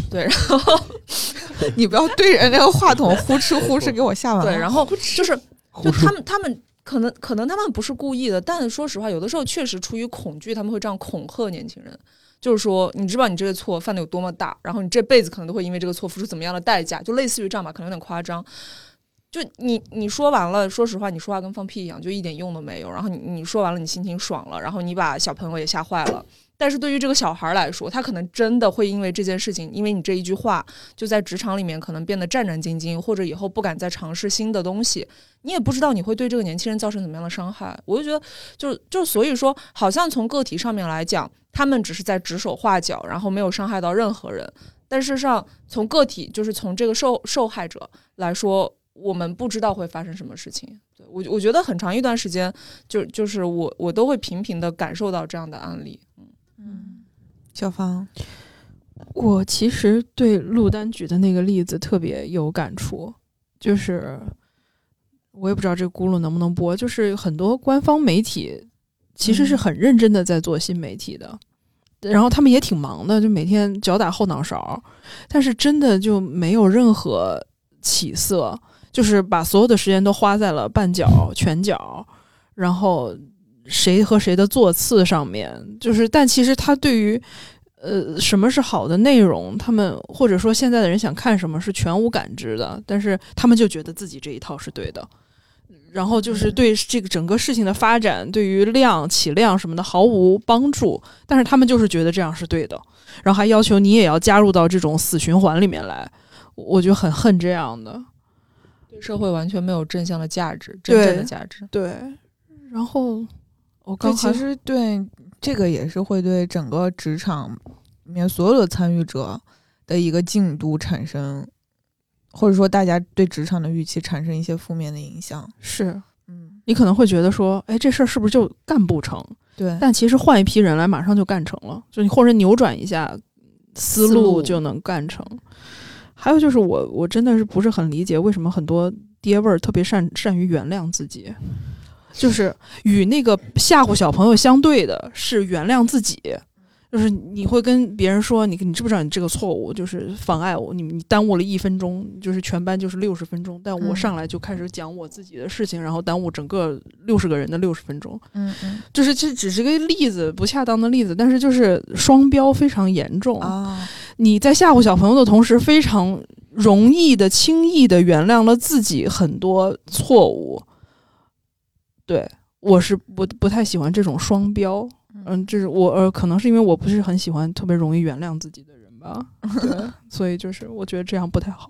对，然后你不要对着那个话筒呼哧给我下完。 对，然后就是就他们可能他们不是故意的，但是说实话，有的时候确实出于恐惧，他们会这样恐吓年轻人。就是说，你知道你这个错犯的有多么大，然后你这辈子可能都会因为这个错付出怎么样的代价，就类似于这样吧，可能有点夸张。就你说完了，说实话，你说话跟放屁一样，就一点用都没有。然后你说完了，你心情爽了，然后你把小朋友也吓坏了。但是对于这个小孩来说，他可能真的会因为这件事情，因为你这一句话，就在职场里面可能变得战战兢兢，或者以后不敢再尝试新的东西。你也不知道你会对这个年轻人造成怎么样的伤害。我就觉得就所以说，好像从个体上面来讲，他们只是在指手画脚，然后没有伤害到任何人。但事实上，从个体就是从这个受害者来说，我们不知道会发生什么事情。对，我觉得很长一段时间，就是我都会频频的感受到这样的案例。 小芳， 我其实对陆丹举的那个例子特别有感触，就是我也不知道这个轱辘能不能播，就是很多官方媒体其实是很认真的在做新媒体的，然后他们也挺忙的，就每天脚打后脑勺，但是真的就没有任何起色，就是把所有的时间都花在了绊脚、拳脚，然后谁和谁的座次上面，就是但其实他对于什么是好的内容，他们或者说现在的人想看什么是全无感知的，但是他们就觉得自己这一套是对的，然后就是对这个整个事情的发展，对于起量什么的毫无帮助，但是他们就是觉得这样是对的，然后还要求你也要加入到这种死循环里面来，我就很恨这样的， 对社会完全没有正向的价值，真正的价值。 对，然后其实对这个也是会对整个职场里面所有的参与者的一个进度产生，或者说大家对职场的预期产生一些负面的影响。 是，你可能会觉得说，哎，这事儿是不是就干不成？ 对， 但其实换一批人来，马上就干成了，就你或者扭转一下思路就能干成。还有就是我真的是不是很理解为什么很多爹味儿特别善于原谅自己。就是与那个吓唬小朋友相对的是原谅自己，就是你会跟别人说你知不知道你这个错误就是妨碍我，你耽误了1分钟，就是全班就是60分钟，但我上来就开始讲我自己的事情，然后耽误整个60个人的60分钟。就是这只是个例子，不恰当的例子，但是就是双标非常严重啊！你在吓唬小朋友的同时，非常容易的轻易的原谅了自己很多错误。对，我是不太喜欢这种双标，这是我可能是因为我不是很喜欢特别容易原谅自己的人吧，对，所以就是我觉得这样不太好。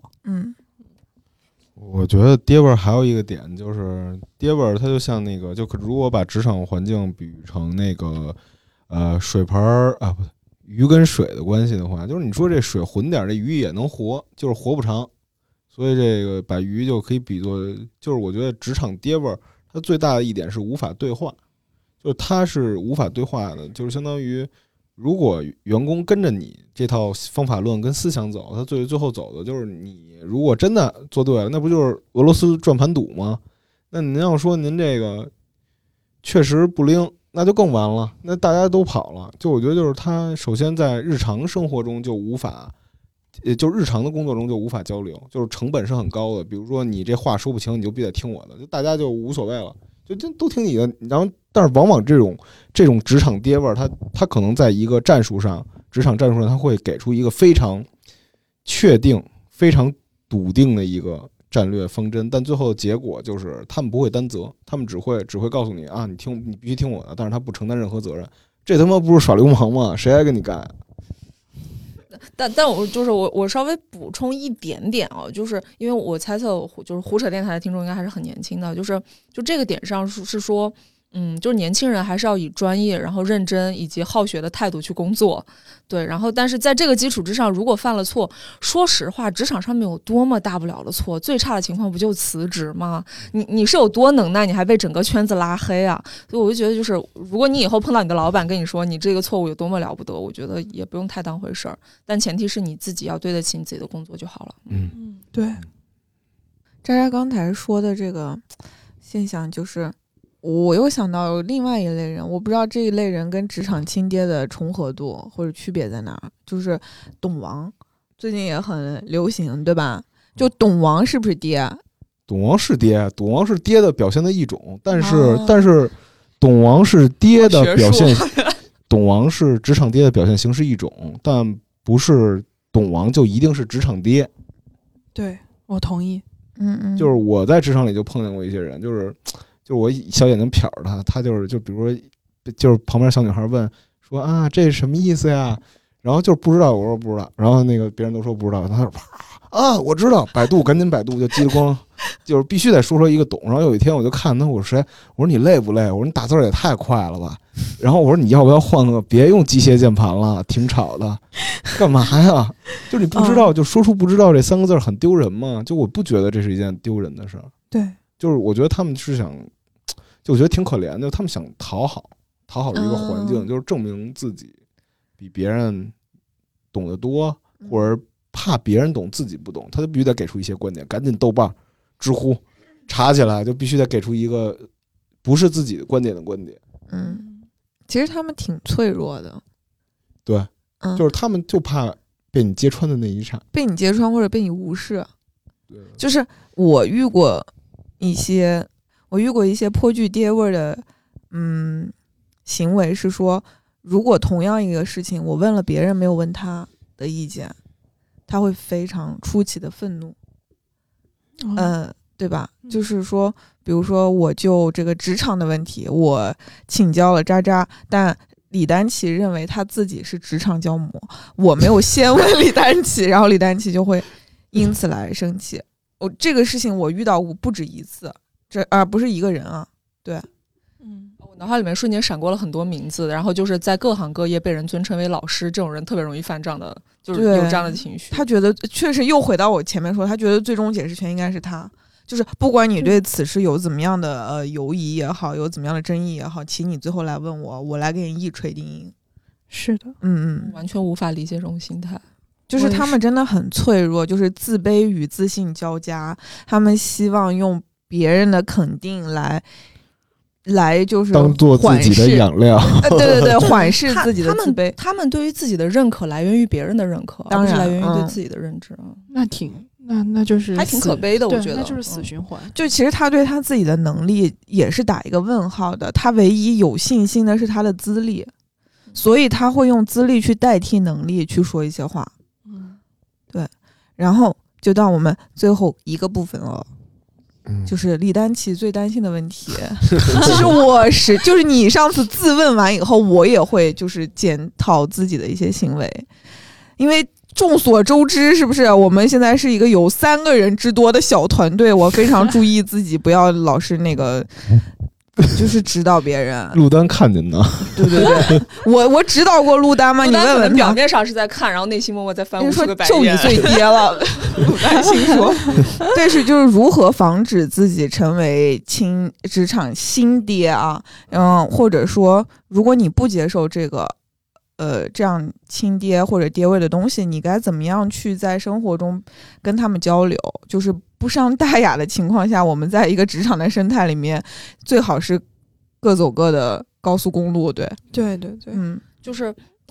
我觉得爹味儿还有一个点就是爹味儿，它就像那个，就如果把职场环境比喻成那个水盆啊，不对，鱼跟水的关系的话，就是你说这水浑点，这鱼也能活，就是活不长，所以这个把鱼就可以比作，就是我觉得职场爹味儿。它最大的一点是无法对话，就是它是无法对话的，就是相当于如果员工跟着你这套方法论跟思想走，他最后走的就是你如果真的做对了，那不就是俄罗斯转盘赌吗？那您要说您这个确实不灵，那就更完了，那大家都跑了。就我觉得就是他首先在日常生活中就无法，就日常的工作中就无法交流，就是成本是很高的。比如说你这话说不清，你就必须得听我的，就大家就无所谓了，就都听你的。然后，但是往往这种职场爹味儿，他可能在一个战术上，职场战术上，他会给出一个非常确定、非常笃定的一个战略方针，但最后的结果就是他们不会担责，他们只会告诉你啊，你必须听我的，但是他不承担任何责任。这他妈不是耍流氓吗？谁还跟你干？ 但我就是我稍微补充一点点啊，就是因为我猜测就是胡扯电台的听众应该还是很年轻的，就这个点上是说，就是年轻人还是要以专业、然后认真以及好学的态度去工作，对。然后，但是在这个基础之上，如果犯了错，说实话，职场上面有多么大不了的错，最差的情况不就辞职吗？你是有多能耐，你还被整个圈子拉黑啊？所以我就觉得，就是如果你以后碰到你的老板跟你说你这个错误有多么了不得，我觉得也不用太当回事儿。但前提是你自己要对得起你自己的工作就好了。 对。 渣渣刚才说的这个现象，就是我又想到另外一类人，我不知道这一类人跟职场亲爹的重合度或者区别在哪儿，就是董王。 最近也很流行，对吧？就董王是不是爹？ 董王是爹，董王是爹的表现的一种，但是董王是爹的表现，董王是职场爹的表现形式一种，但不是董王就一定是职场爹。 对，我同意。 就是我在职场里就碰见过一些人，就是我小眼睛瞟着他就比如说就是旁边小女孩问说啊这是什么意思呀？然后就是不知道，我说不知道，然后那个别人都说不知道，他说啊我知道，百度赶紧百度，就叽里咣，就是必须得说一个懂。然后有一天我就看他，我说谁？我说你累不累？我说你打字也太快了吧。然后我说你要不要换个别用机械键盘了，挺吵的，干嘛呀？就你不知道就说出不知道这3个字很丢人吗？就我不觉得这是一件丢人的事儿。 对， 就是我觉得他们是想，就我觉得挺可怜的，就他们想讨好的一个环境，就是证明自己比别人懂得多，或者怕别人懂自己不懂，他就必须得给出一些观点，赶紧豆瓣、知乎查起来，就必须得给出一个不是自己的观点的观点。 其实他们挺脆弱的。 对，就是他们就怕被你揭穿的那一刹， 被你揭穿或者被你无视。就是我遇过一些颇具爹味的行为，是说如果同样一个事情我问了别人没有问他的意见，他会非常出奇的愤怒。对吧？就是说比如说我就这个职场的问题我请教了渣渣，但李丹琪认为他自己是职场教母，我没有先问李丹琪，然后李丹琪就会因此来生气。这个事情我遇到过不止一次，不是一个人啊。对， 我脑海里面瞬间闪过了很多名字，然后就是在各行各业被人尊称为老师，这种人特别容易犯这样的，就是有这样的情绪。 他觉得确实又回到我前面说，他觉得最终解释权应该是他。就是不管你对此事有怎么样的犹疑也好，有怎么样的争议也好，请你最后来问我，我来给你一锤定音。 是的， 完全无法理解这种心态。 就是他们真的很脆弱，就是自卑与自信交加，他们希望用别人的肯定来就是当做自己的养料。 对，缓释自己的自卑。 他们对于自己的认可来源于别人的认可， 当然而不是来源于对自己的认知。 那就是还挺可悲的，我觉得那就是死循环。 就其实他对他自己的能力也是打一个问号的，他唯一有信心的是他的资历，所以他会用资历去代替能力去说一些话。对，然后就到我们最后一个部分了。就是李丹琪最担心的问题。其实就是你上次自问完以后，我也会就是检讨自己的一些行为，因为众所周知，是不是我们现在是一个有3个人之多的小团队？我非常注意自己不要老是那个就是指导别人。 陆丹看见呢？ 对，我指导过陆丹吗？你问问他。 表面上是在看，然后内心默默在翻50个白眼。 就你最爹了，陆丹心说。但是就是如何防止自己成为职场新爹啊？或者说，如果你不接受这个这样亲爹或者爹味的东西，你该怎么样去在生活中跟他们交流？就是不伤大雅的情况下，我们在一个职场的生态里面，最好是各走各的高速公路。对， 就是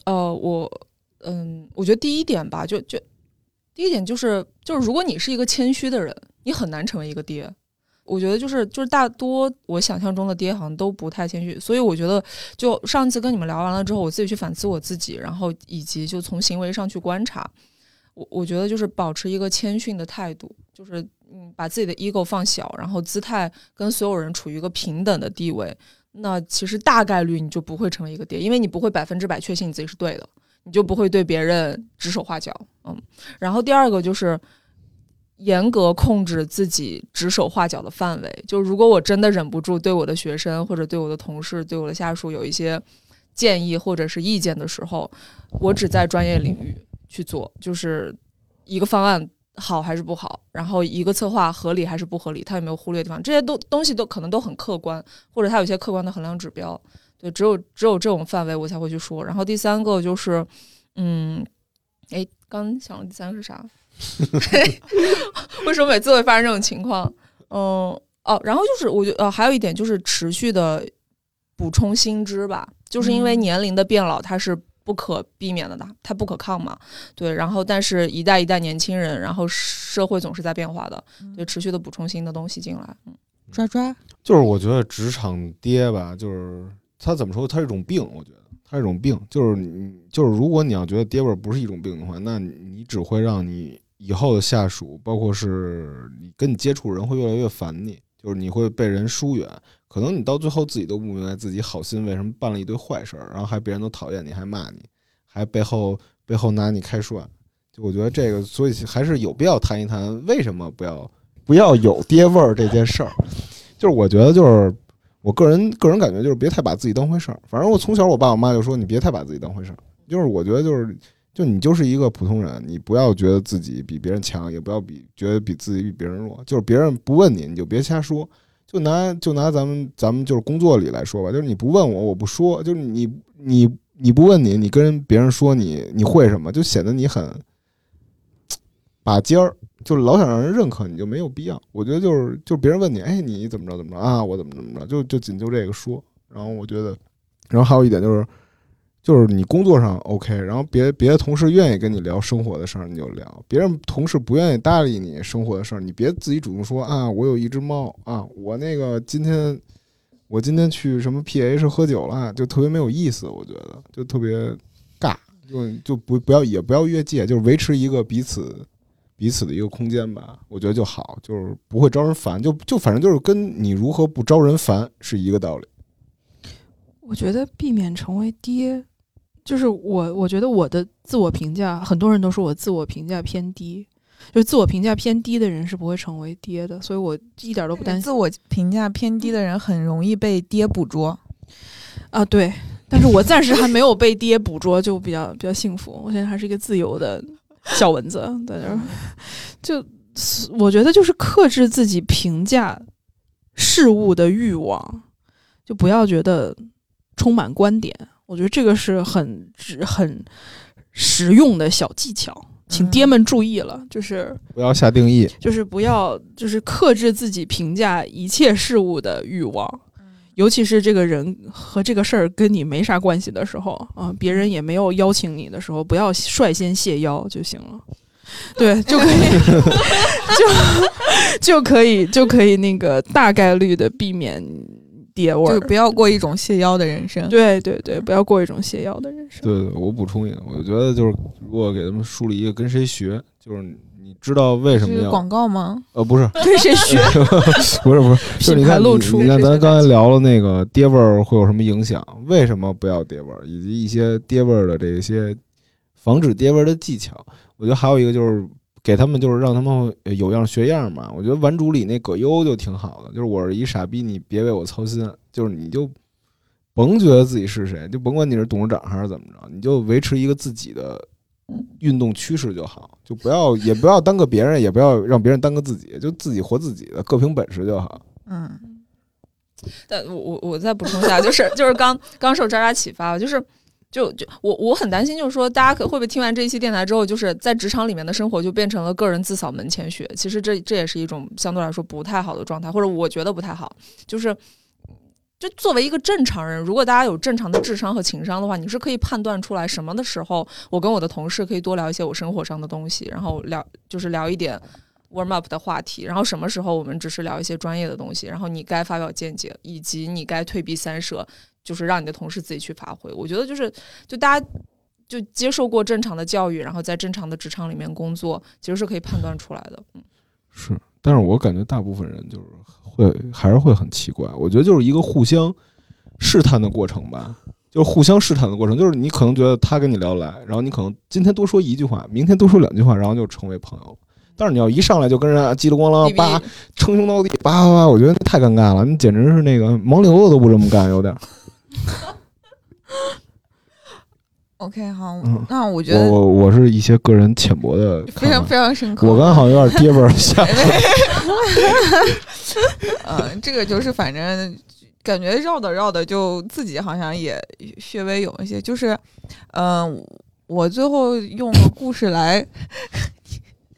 我觉得第一点吧，就第一点就是如果你是一个谦虚的人，你很难成为一个爹。我觉得就是大多我想象中的爹好像都不太谦虚，所以我觉得就上次跟你们聊完了之后，我自己去反思我自己，然后以及就从行为上去观察，我觉得就是保持一个谦逊的态度，就是把自己的 ego 放小，然后姿态跟所有人处于一个平等的地位，那其实大概率你就不会成为一个爹，因为你不会100%确信你自己是对的，你就不会对别人指手画脚。然后第二个就是严格控制自己指手画脚的范围，就如果我真的忍不住对我的学生或者对我的同事对我的下属有一些建议或者是意见的时候，我只在专业领域去做，就是一个方案好还是不好，然后一个策划合理还是不合理，它有没有忽略的地方，这些东西都可能都很客观，或者它有一些客观的衡量指标。对，只有这种范围我才会去说。然后第三个就是刚想的第三个是啥？为什么每次会发生这种情况？然后就是我觉得还有一点就是持续的补充新知吧，就是因为年龄的变老，它是不可避免的，太不可抗嘛。对，然后但是一代一代年轻人，然后社会总是在变化的，对，持续的补充新的东西进来。 抓就是我觉得职场爹吧，就是他怎么说，他是一种病，我觉得他是一种病，就是如果你要觉得爹味不是一种病的话，那你只会让你以后的下属，包括是你跟你接触人会越来越烦你，就是你会被人疏远，可能你到最后自己都不明白自己好心为什么办了一堆坏事，然后还别人都讨厌你，还骂你，还背后拿你开涮。就我觉得这个，所以还是有必要谈一谈为什么不要有爹味儿这件事儿。就是我觉得就是我个人感觉就是别太把自己当回事儿。反正我从小我爸我妈就说你别太把自己当回事儿。就是我觉得就你就是一个普通人，你不要觉得自己比别人强，也不要觉得自己比别人弱。就是别人不问你就别瞎说。就拿咱们就是工作里来说吧，就是你不问我不说，就是你不问你跟别人说你会什么，就显得你很把尖儿，就老想让人认可你，就没有必要。我觉得就是别人问你，哎，你怎么着啊，我怎么着，就仅就这个说。然后我觉得，然后还有一点就是你工作上 OK， 然后别的同事愿意跟你聊生活的事儿你就聊，别人同事不愿意搭理你生活的事儿，你别自己主动说啊，我有一只猫啊，我那个今天去什么 PH 喝酒了，就特别没有意思，我觉得就特别尬，就不要越界，就是维持一个彼此的一个空间吧，我觉得就好，就是不会招人烦，就反正就是跟你如何不招人烦是一个道理。 我觉得避免成为爹，就是我觉得我的自我评价，很多人都说我自我评价偏低，就是自我评价偏低的人是不会成为爹的，所以我一点都不担心。 自我评价偏低的人很容易被爹捕捉啊，对，但是我暂时还没有被爹捕捉，就比较幸福。我现在还是一个自由的小蚊子在这儿，就我觉得就是克制自己评价事物的欲望，就不要觉得充满观点。我觉得这个是很实用的小技巧，请爹们注意了，就是不要下定义， 就是不要就是克制自己评价一切事物的欲望，尤其是这个人和这个事儿跟你没啥关系的时候啊，别人也没有邀请你的时候，不要率先谢邀就行了。对，就可以就可以那个大概率的避免爹味儿， 就不要过一种谢邀的人生。 对对对，不要过一种谢邀的人生。 对，我补充一个，我觉得就是如果给他们树立一个跟谁学，就是你知道为什么要是广告吗？ 不是跟谁学？ 不是，就是你看咱刚才聊了那个爹味儿会有什么影响，为什么不要爹味儿，以及一些爹味儿的这些防止爹味儿的技巧。我觉得还有一个就是给他们，就是让他们有样学样嘛。我觉得顽主里那葛优就挺好的，就是我是一傻逼，你别为我操心，就是你就甭觉得自己是谁，就甭管你是董事长还是怎么着，你就维持一个自己的运动趋势就好，就也不要耽搁别人，也不要让别人耽搁自己，就自己活自己的，各凭本事就好。 但我再补充一下，就是刚受渣渣启发，就是我很担心，就是说大家会不会听完这一期电台之后，就是在职场里面的生活就变成了个人自扫门前雪。其实这也是一种相对来说不太好的状态，或者我觉得不太好。就作为一个正常人，如果大家有正常的智商和情商的话，你是可以判断出来什么的时候，我跟我的同事可以多聊一些我生活上的东西，然后聊一点 warm up 的话题，然后什么时候我们只是聊一些专业的东西，然后你该发表见解，以及你该退避三舍。就是让你的同事自己去发挥。我觉得就大家就接受过正常的教育，然后在正常的职场里面工作，其实是可以判断出来的。 是，但是我感觉大部分人就是还是会很奇怪。我觉得就是一个互相试探的过程吧，就是互相试探的过程，就是你可能觉得他跟你聊得来，然后你可能今天多说一句话，明天多说2句话，然后就成为朋友。但是你要一上来就跟人叽里咣啷叭称兄道弟叭，我觉得太尴尬了，你简直是那个盲流子都不这么干，有点。 OK， 好，那我觉得我是一些个人浅薄的非常非常深刻。 我刚好有点跌味下。 这个就是反正感觉绕的，就自己好像也略微有一些，就是我最后用个故事来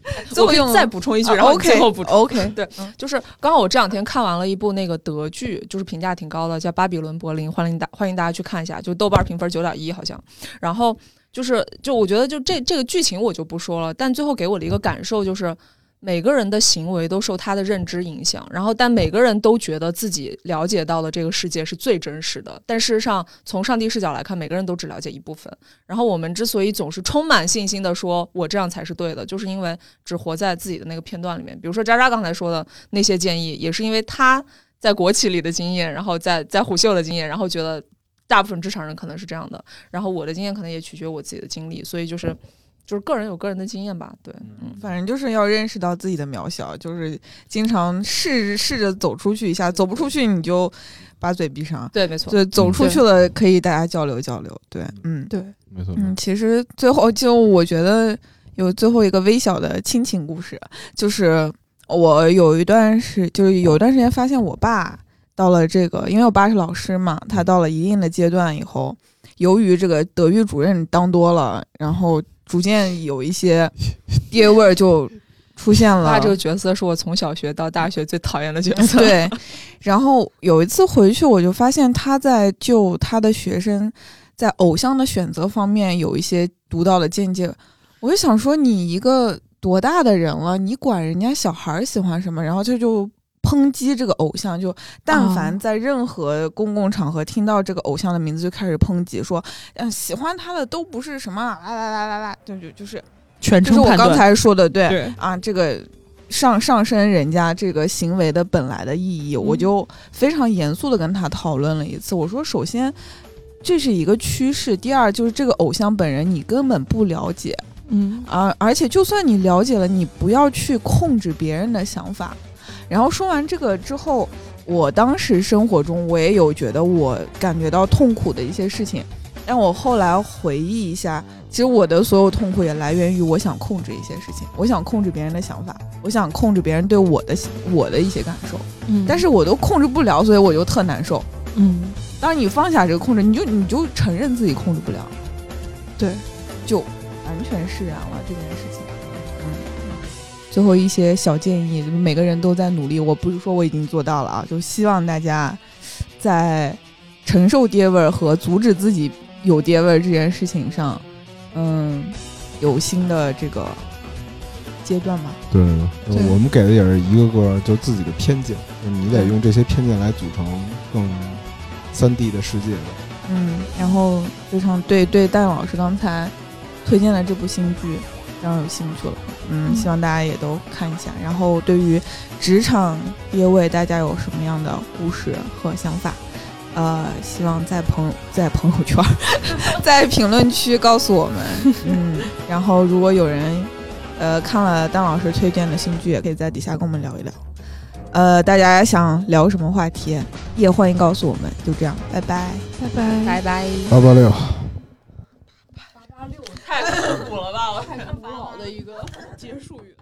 我可以再补充一句，然后你最后补充。 OK， 对，就是刚好我这2天看完了一部那个德剧，就是评价挺高的，叫《巴比伦柏林》，欢迎大家去看一下，就豆瓣评分9.1好像。然后就我觉得就这个剧情我就不说了，但最后给我的一个感受就是。每个人的行为都受他的认知影响，然后但每个人都觉得自己了解到的这个世界是最真实的，但事实上从上帝视角来看，每个人都只了解一部分。然后我们之所以总是充满信心的说我这样才是对的，就是因为只活在自己的那个片段里面。比如说渣渣刚才说的那些建议，也是因为他在国企里的经验，然后在虎嗅的经验，然后觉得大部分职场人可能是这样的，然后我的经验可能也取决我自己的经历，所以就是个人有个人的经验吧，对， 反正就是要认识到自己的渺小，就是经常试着走出去一下，走不出去你就把嘴闭上， 对，没错， 对，走出去了可以大家交流交流，对， 对， 没错， 其实最后就我觉得有最后一个微小的亲情故事，就是我有一段时间发现我爸到了这个，因为我爸是老师嘛，他到了一定的阶段以后，由于这个德育主任当多了，然后逐渐有一些爹味儿就出现了。 爸这个角色是我从小学到大学最讨厌的角色。 对，然后有一次回去，我就发现他在就他的学生在偶像的选择方面有一些独到的见解。我就想说，你一个多大的人了，你管人家小孩喜欢什么？然后他就抨击这个偶像，就但凡在任何公共场合听到这个偶像的名字就开始抨击，说喜欢他的都不是什么啦，就是全程就是我刚才说的，对啊， 这个上升人家这个行为的本来的意义，我就非常严肃的跟他讨论了一次。我说，首先这是一个趋势，第二就是这个偶像本人你根本不了解，而且就算你了解了，你不要去控制别人的想法。然后说完这个之后，我当时生活中我也有觉得我感觉到痛苦的一些事情，但我后来回忆一下，其实我的所有痛苦也来源于我想控制一些事情，我想控制别人的想法，我想控制别人对我的一些感受，但是我都控制不了，所以我就特难受。当你放下这个控制，你就承认自己控制不了， 对， 就完全释然了这件事情。最后一些小建议，每个人都在努力，我不是说我已经做到了啊，就希望大家在承受爹味儿和阻止自己有爹味儿这件事情上，有新的这个阶段吧。 对，我们给的也是一个就自己的偏见，就你得用这些偏见来组成更3D 的世界的。 然后非常对戴老师刚才推荐的这部新剧非常有兴趣了，希望大家也都看一下。然后对于职场爹味，大家有什么样的故事和想法？希望在朋友圈在评论区告诉我们。然后如果有人看了丹老师推荐的新剧，也可以在底下跟我们聊一聊。大家想聊什么话题也欢迎告诉我们。就这样，拜拜拜拜。 886 太复古了吧，我太古老的一个结束语。